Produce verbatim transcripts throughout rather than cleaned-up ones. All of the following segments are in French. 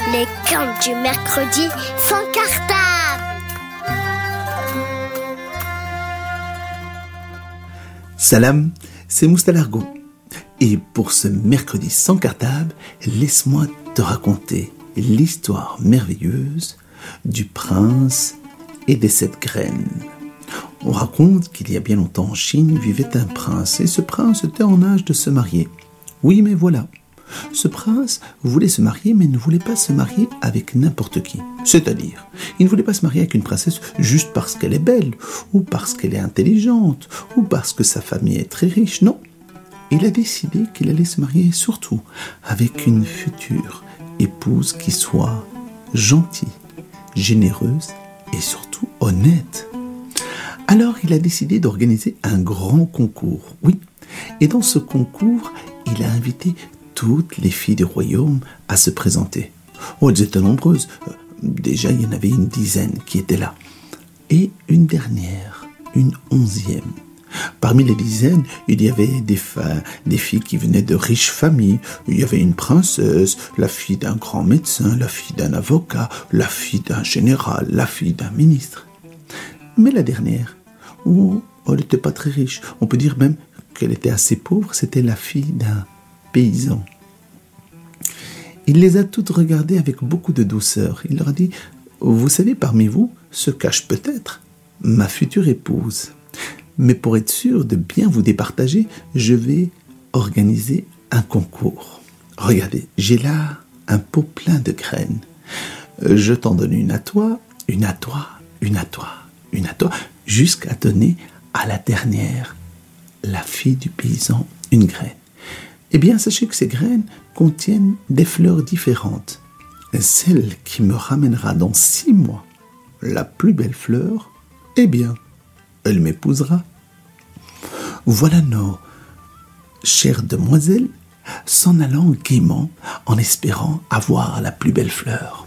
Les contes du mercredi sans cartable. Salam, c'est Moustalargo. Et pour ce mercredi sans cartable, laisse-moi te raconter l'histoire merveilleuse du prince et des sept graines. On raconte qu'il y a bien longtemps en Chine vivait un prince, et ce prince était en âge de se marier. Oui, mais voilà. Ce prince voulait se marier, mais ne voulait pas se marier avec n'importe qui. C'est-à-dire, il ne voulait pas se marier avec une princesse juste parce qu'elle est belle, ou parce qu'elle est intelligente, ou parce que sa famille est très riche. Non, il a décidé qu'il allait se marier surtout avec une future épouse qui soit gentille, généreuse et surtout honnête. Alors, il a décidé d'organiser un grand concours. Oui, et dans ce concours, il a invité toutes les filles du royaume à se présenter. Oh, elles étaient nombreuses. Déjà, il y en avait une dizaine qui étaient là. Et une dernière, une onzième. Parmi les dizaines, il y avait des, fa- des filles qui venaient de riches familles. Il y avait une princesse, la fille d'un grand médecin, la fille d'un avocat, la fille d'un général, la fille d'un ministre. Mais la dernière, oh, elle n'était pas très riche. On peut dire même qu'elle était assez pauvre. C'était la fille d'un paysan. Il les a toutes regardées avec beaucoup de douceur. Il leur a dit « Vous savez, parmi vous se cache peut-être ma future épouse. Mais pour être sûr de bien vous départager, je vais organiser un concours. Regardez, j'ai là un pot plein de graines. Je t'en donne une à toi, une à toi, une à toi, une à toi, jusqu'à donner à la dernière, la fille du paysan, une graine. Eh bien, sachez que ces graines contiennent des fleurs différentes. Celle qui me ramènera dans six mois la plus belle fleur, eh bien, elle m'épousera. » Voilà nos chères demoiselles s'en allant gaiement en espérant avoir la plus belle fleur.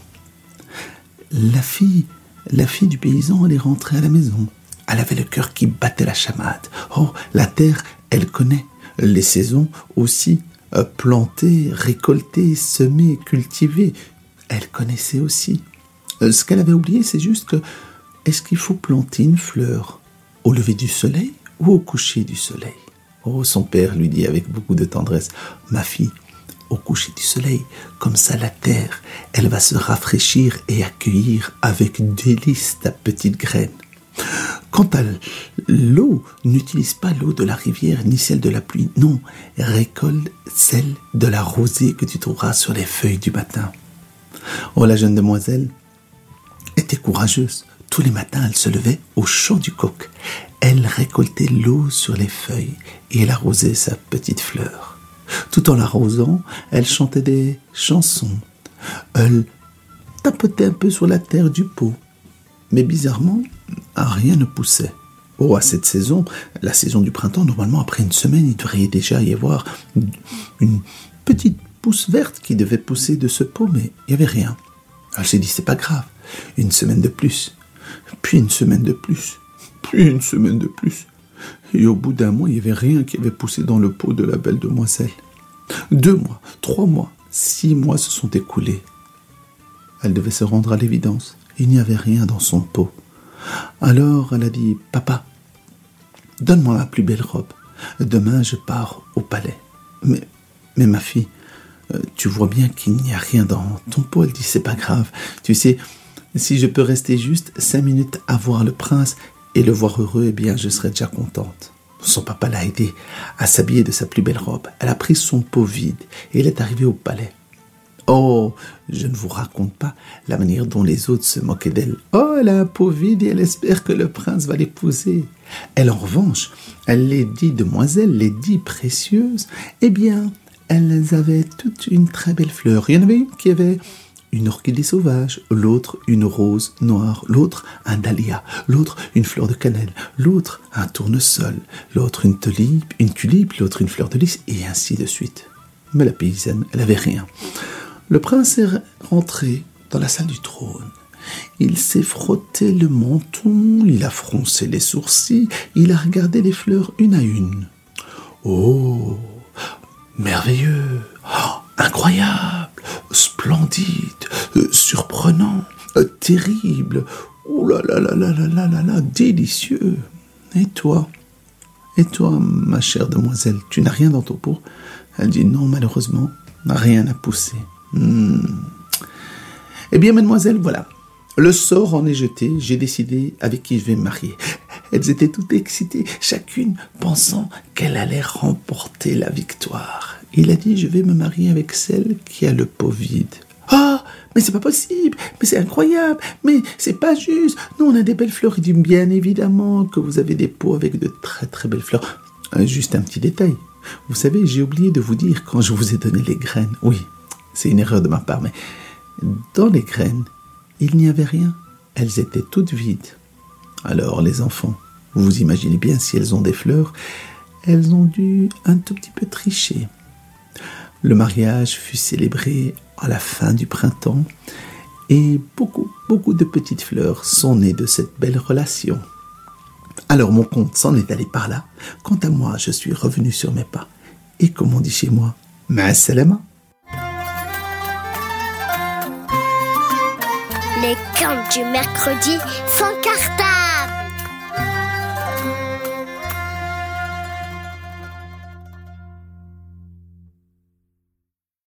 La fille, la fille du paysan, elle est rentrée à la maison. Elle avait le cœur qui battait la chamade. Oh, la terre, elle connaît. Les saisons aussi, euh, planter, récolter, semer, cultiver, elle connaissait aussi. Euh, ce qu'elle avait oublié, c'est juste que, est-ce qu'il faut planter une fleur au lever du soleil ou au coucher du soleil? Oh, son père lui dit avec beaucoup de tendresse, « Ma fille, au coucher du soleil, comme ça la terre, elle va se rafraîchir et accueillir avec délice ta petite graine. » Quant à l'eau, n'utilise pas l'eau de la rivière ni celle de la pluie. Non, récolte celle de la rosée que tu trouveras sur les feuilles du matin. Oh, la jeune demoiselle était courageuse. Tous les matins, elle se levait au chant du coq. Elle récoltait l'eau sur les feuilles et elle arrosait sa petite fleur. Tout en l'arrosant, elle chantait des chansons. Elle tapotait un peu sur la terre du pot. Mais bizarrement, rien ne poussait. Oh, à cette saison, la saison du printemps, normalement, après une semaine, il devrait déjà y avoir une petite pousse verte qui devait pousser de ce pot, mais il n'y avait rien. Elle s'est dit, c'est pas grave, une semaine de plus, puis une semaine de plus, puis une semaine de plus. Et au bout d'un mois, il n'y avait rien qui avait poussé dans le pot de la belle demoiselle. Deux mois, trois mois, six mois se sont écoulés. Elle devait se rendre à l'évidence. Il n'y avait rien dans son pot. Alors elle a dit « Papa, donne-moi ma plus belle robe. Demain, je pars au palais. » Mais, mais ma fille, tu vois bien qu'il n'y a rien dans ton pot. Elle dit « C'est pas grave. Tu sais, si je peux rester juste cinq minutes à voir le prince et le voir heureux, eh bien, je serai déjà contente. » Son papa l'a aidée à s'habiller de sa plus belle robe. Elle a pris son pot vide et elle est arrivée au palais. Oh, je ne vous raconte pas la manière dont les autres se moquaient d'elle. Oh, elle a un pot vide et elle espère que le prince va l'épouser. Elle, en revanche, elle les dix demoiselles, les dix précieuses, eh bien, elles avaient toutes une très belle fleur. Il y en avait une qui avait une orchidée sauvage, l'autre une rose noire, l'autre un dahlia, l'autre une fleur de cannelle, l'autre un tournesol, l'autre une tulipe, une tulipe, l'autre une fleur de lys, et ainsi de suite. Mais la paysanne, elle avait rien. Le prince est rentré dans la salle du trône. Il s'est frotté le menton, il a froncé les sourcils, il a regardé les fleurs une à une. Oh, merveilleux, oh, incroyable, splendide, surprenant, euh, terrible, oh là là là là là là là là, délicieux. Et toi? Et toi, ma chère demoiselle, tu n'as rien dans ton pot? Elle dit non, malheureusement, rien n'a poussé. Hmm. Eh bien, mademoiselle, voilà. Le sort en est jeté, j'ai décidé avec qui je vais me marier. Elles étaient toutes excitées, chacune pensant qu'elle allait remporter la victoire. Il a dit, je vais me marier avec celle qui a le pot vide. Ah, mais c'est pas possible, mais c'est incroyable, mais c'est pas juste. Nous, on a des belles fleurs. Il dit, bien évidemment que vous avez des pots avec de très très belles fleurs. Euh, juste un petit détail. Vous savez, j'ai oublié de vous dire quand je vous ai donné les graines. Oui, c'est une erreur de ma part, mais dans les graines, il n'y avait rien. Elles étaient toutes vides. Alors, les enfants, vous imaginez bien si elles ont des fleurs, elles ont dû un tout petit peu tricher. Le mariage fut célébré à la fin du printemps et beaucoup, beaucoup de petites fleurs sont nées de cette belle relation. Alors mon conte s'en est allé par là. Quant à moi, je suis revenu sur mes pas. Et comme on dit chez moi, ma salama. Les contes du mercredi sans carton.